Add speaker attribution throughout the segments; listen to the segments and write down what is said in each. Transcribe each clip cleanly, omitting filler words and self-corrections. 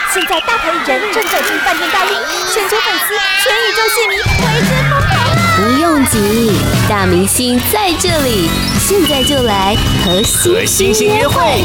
Speaker 1: 现在大牌艺人正走进饭店大厅，全球粉丝、全宇宙戏迷为之疯狂啊！
Speaker 2: 不用急，大明星在这里，现在就来和星星约会。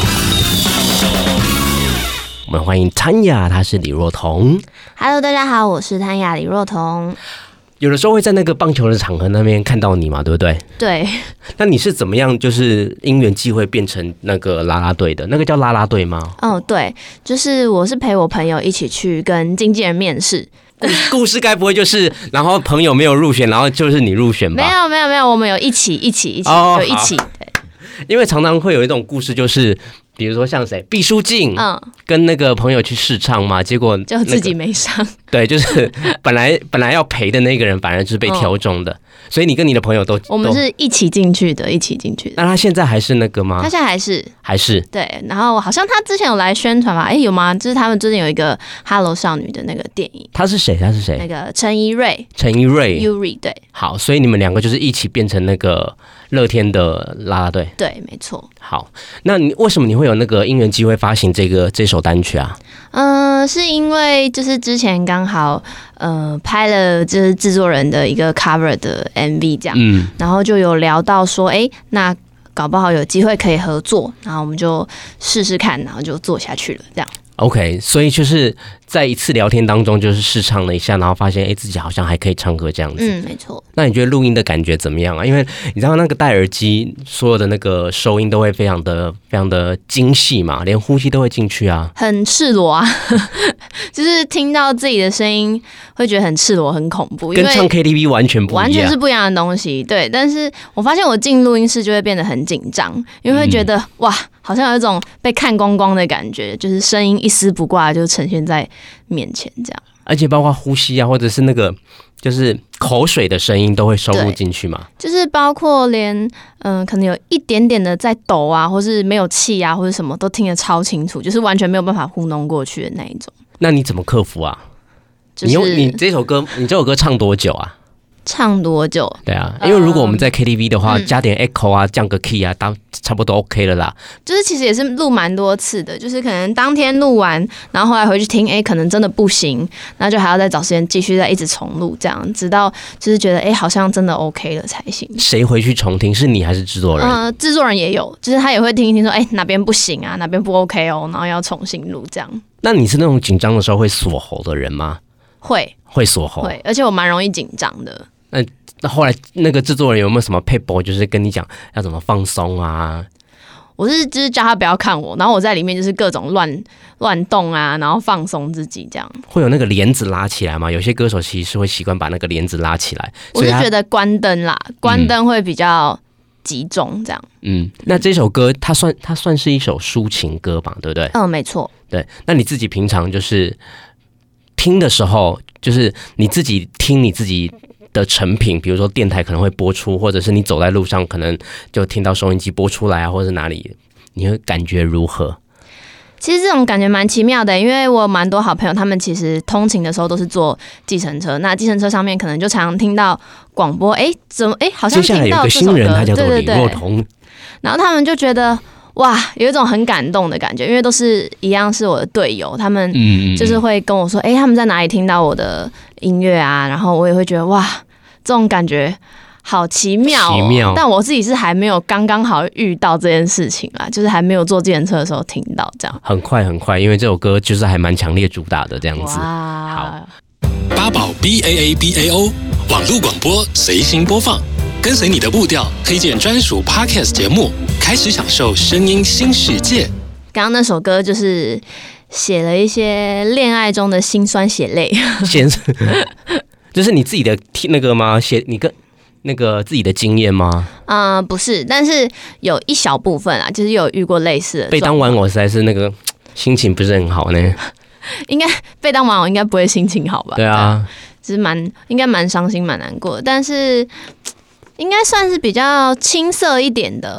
Speaker 3: 我们欢迎谭雅，她是李若彤。
Speaker 2: Hello， 大家好，我是谭雅李若彤。
Speaker 3: 有的时候会在那个棒球的场合那边看到你嘛，对不对？
Speaker 2: 对。
Speaker 3: 那你是怎么样，就是因缘际会变成那个啦啦队的？那个叫啦啦队吗？
Speaker 2: 哦，对，就是我是陪我朋友一起去跟经纪人面试。
Speaker 3: 故事该不会就是，然后朋友没有入选，然后就是你入选吧？
Speaker 2: 没有，我们有一起，
Speaker 3: 哦、
Speaker 2: 有一起。对。
Speaker 3: 因为常常会有一种故事，就是比如说像谁，毕书尽，跟那个朋友去试唱嘛，结果、
Speaker 2: 就自己没上。
Speaker 3: 对，就是本来要陪的那个人，反而是被挑中的。所以你跟你的朋友
Speaker 2: 我们是一起进去的。
Speaker 3: 那他现在还是那个吗？
Speaker 2: 他现在还是
Speaker 3: 对。
Speaker 2: 然后好像他之前有来宣传吧？有吗？就是他们最近有一个《Hello 少女》的那个电影。
Speaker 3: 他是谁？
Speaker 2: 那个陈怡瑞 Yuri 对。
Speaker 3: 好，所以你们两个就是一起变成那个乐天的啦啦队。
Speaker 2: 对，没错。
Speaker 3: 好，那为什么你会有那个因缘机会发行这首单曲啊？
Speaker 2: 是因为就是之前刚好拍了就是制作人的一个 cover 的 MV 这样，然后就有聊到说，那搞不好有机会可以合作，然后我们就试试看，然后就做下去了这样。
Speaker 3: OK， 所以就是在一次聊天当中，就是试唱了一下，然后发现自己好像还可以唱歌这样子。
Speaker 2: 没错。
Speaker 3: 那你觉得录音的感觉怎么样啊？因为你知道那个戴耳机，所有的那个收音都会非常的精细嘛，连呼吸都会进去啊，
Speaker 2: 很赤裸啊，就是听到自己的声音会觉得很赤裸、很恐怖，
Speaker 3: 跟唱 KTV 完全不一样，
Speaker 2: 完全是不一样的东西。对，但是我发现我进录音室就会变得很紧张，因为会觉得哇，好像有一种被看光光的感觉，就是声音一丝不挂就呈现在面前这样。
Speaker 3: 而且包括呼吸啊，或者是那个就是口水的声音都会收录进去嘛。
Speaker 2: 就是包括连可能有一点点的在抖啊，或是没有气啊，或者什么都听得超清楚，就是完全没有办法糊弄过去的那一种。那
Speaker 3: 你怎么克服啊？
Speaker 2: 就是
Speaker 3: 你这首歌唱多久啊？
Speaker 2: 唱多久？
Speaker 3: 对啊，因为如果我们在 KTV 的话，加点 echo 啊，降个 key 啊，差不多 OK 了啦。
Speaker 2: 就是其实也是录蛮多次的，就是可能当天录完，然后后来回去听，可能真的不行，然后就还要再找时间继续再一直重录，这样直到就是觉得好像真的 OK 了才行。
Speaker 3: 谁回去重听？是你还是制作人？
Speaker 2: 制作人也有，就是他也会听一听说，哪边不行啊，哪边不 OK 哦，然后要重新录这样。
Speaker 3: 那你是那种紧张的时候会锁喉的人吗？会锁喉，
Speaker 2: 会，而且我蛮容易紧张的。
Speaker 3: 那后来那个制作人有没有什么撇步，就是跟你讲要怎么放松啊？
Speaker 2: 我是就是叫他不要看我，然后我在里面就是各种乱动啊，然后放松自己这样。
Speaker 3: 会有那个帘子拉起来吗？有些歌手其实是会习惯把那个帘子拉起来。
Speaker 2: 我是觉得关灯啦，关灯会比较集中这样。
Speaker 3: 那这首歌它算是一首抒情歌吧，对不对？
Speaker 2: 没错。
Speaker 3: 对，那你自己平常就是听的时候，就是你自己听你自己的成品，比如说电台可能会播出，或者是你走在路上可能就听到收音机播出来啊，或者是哪里，你会感觉如何？
Speaker 2: 其实这种感觉蛮奇妙的，因为我有蛮多好朋友，他们其实通勤的时候都是坐计程车，那计程车上面可能就常常听到广播，怎么好像听到这首歌，
Speaker 3: 接下来有个新人，他叫做李若彤，
Speaker 2: 然后他们就觉得哇，有一种很感动的感觉，因为都是一样是我的队友，他们就是会跟我说，他们在哪里听到我的音乐啊，然后我也会觉得哇，这种感觉好奇妙哦。但我自己是还没有刚刚好遇到这件事情啦，就是还没有坐计程车的时候听到这样。
Speaker 3: 很快，因为这首歌就是还蛮强烈主打的这样子。好，
Speaker 4: 八宝 BAABAO 网络广播随心播放。跟随你的步调，推荐专属 Podcast 节目，开始享受声音新世界。
Speaker 2: 刚刚那首歌就是写了一些恋爱中的辛酸血泪，
Speaker 3: 就是你自己的那个吗？写你跟那个自己的经验吗？
Speaker 2: 不是，但是有一小部分啊，就是有遇过类似的。
Speaker 3: 被当玩偶实在是那个心情不是很好呢。
Speaker 2: 应该被当玩偶应该不会心情好吧？
Speaker 3: 对啊，
Speaker 2: 就是应该蛮伤心蛮难过的，但是应该算是比较青涩一点的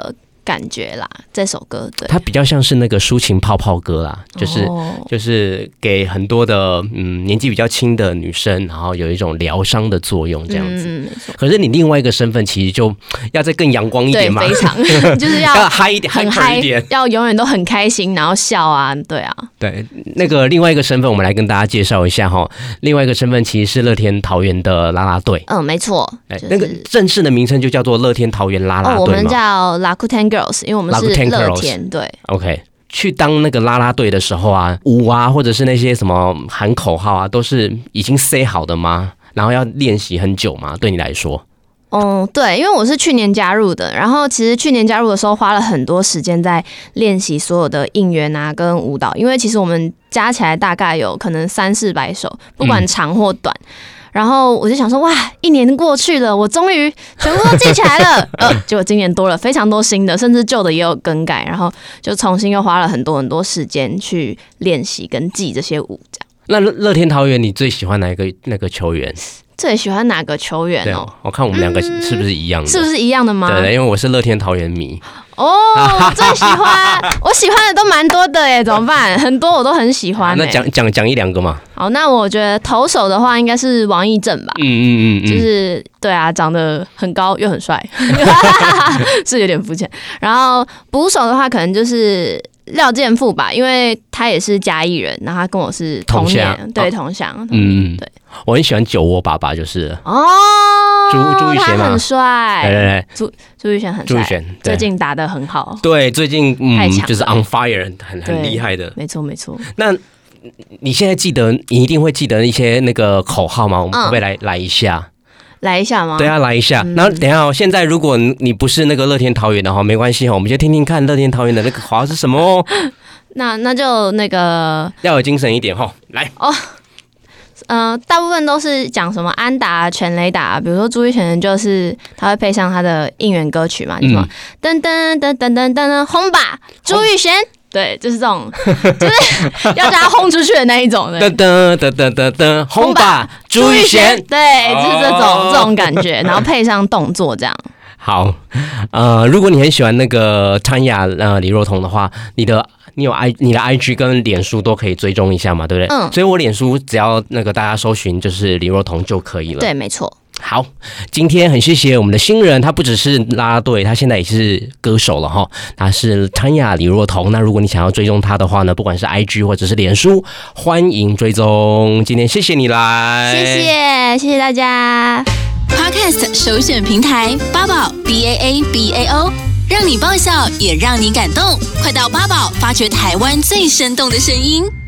Speaker 2: 感觉啦。这首歌对，
Speaker 3: 它比较像是那个抒情泡泡歌啦，就是给很多的年纪比较轻的女生，然后有一种疗伤的作用这样子。
Speaker 2: 没错。
Speaker 3: 可是你另外一个身份其实就要再更阳光一点嘛，
Speaker 2: 对，非常就是要
Speaker 3: 嗨一点，
Speaker 2: 很嗨一点，要永远都很开心，然后笑啊，对啊。
Speaker 3: 对，那个另外一个身份，我们来跟大家介绍一下哈。另外一个身份其实是乐天桃园的啦啦队。
Speaker 2: 没错。
Speaker 3: 那个正式的名称就叫做乐天桃园啦啦队嘛。
Speaker 2: 我们叫 Rakuten Girls， 因为我们是乐天队。
Speaker 3: OK。去当那个啦啦队的时候啊，舞啊，或者是那些什么喊口号啊，都是已经 say 好的吗？然后要练习很久吗？对你来说？
Speaker 2: 对，因为我是去年加入的，然后其实去年加入的时候花了很多时间在练习所有的应援啊跟舞蹈，因为其实我们加起来大概有可能300-400首，不管长或短。然后我就想说，哇，1年过去了，我终于全部都记起来了。结果今年多了非常多新的，甚至旧的也有更改，然后就重新又花了很多时间去练习跟记这些舞。这样。
Speaker 3: 那乐天桃园你最喜欢哪一个那个球员？
Speaker 2: 最喜欢哪个球员哦？
Speaker 3: 我看我们两个是不是一样的？
Speaker 2: 是不是一样的吗？
Speaker 3: 对，因为我是乐天桃园迷。
Speaker 2: 我最喜欢，我喜欢的都蛮多的耶，怎么办？很多我都很喜欢。
Speaker 3: 那讲一两个嘛。
Speaker 2: 好，那我觉得投手的话应该是王溢正吧。就是对啊，长得很高又很帅，是有点肤浅。然后捕手的话，可能就是廖健富吧，因为他也是嘉义人，然后他跟我是同年，对，同乡。对。
Speaker 3: 我很喜欢酒窝爸爸，就是
Speaker 2: 朱玉贤嘛，很帅。
Speaker 3: 对，
Speaker 2: 朱玉贤很帅，最近打得很好。
Speaker 3: 对，最近就是 on fire， 很厉害的。
Speaker 2: 没错。
Speaker 3: 那你现在你一定会记得一些那个口号吗？我们可不可以来一下？
Speaker 2: 来一下吗？
Speaker 3: 对啊，来一下。然后等一下现在如果你不是那个乐天桃园的话，没关系我们就听听看乐天桃园的那个口号是什么哦。
Speaker 2: 那就那个
Speaker 3: 要有精神一点来
Speaker 2: 大部分都是讲什么安打、全垒打，比如说朱一贤就是他会配上他的应援歌曲嘛，什么噔噔噔噔噔噔轰吧朱玉贤，对，就是这种，就是要叫他轰出去的那一种的，
Speaker 3: 噔噔噔噔噔噔轰吧朱玉贤，
Speaker 2: 对，就是这种感觉，然后配上动作这样。
Speaker 3: 好，如果你很喜欢那个Tanya李若彤的话，你的 IG 跟脸书都可以追踪一下嘛，对不对？所以我脸书只要那个大家搜寻就是李若彤就可以了。
Speaker 2: 对，没错。
Speaker 3: 好，今天很谢谢我们的新人，他不只是啦啦队，他现在也是歌手了哈。他是Tanya李若彤。那如果你想要追踪他的话呢，不管是 IG 或者是脸书，欢迎追踪。今天谢谢你来，
Speaker 2: 谢谢大家。
Speaker 5: Podcast 首选平台八宝 BAABAO， 让你爆笑也让你感动，快到八宝发掘台湾最生动的声音。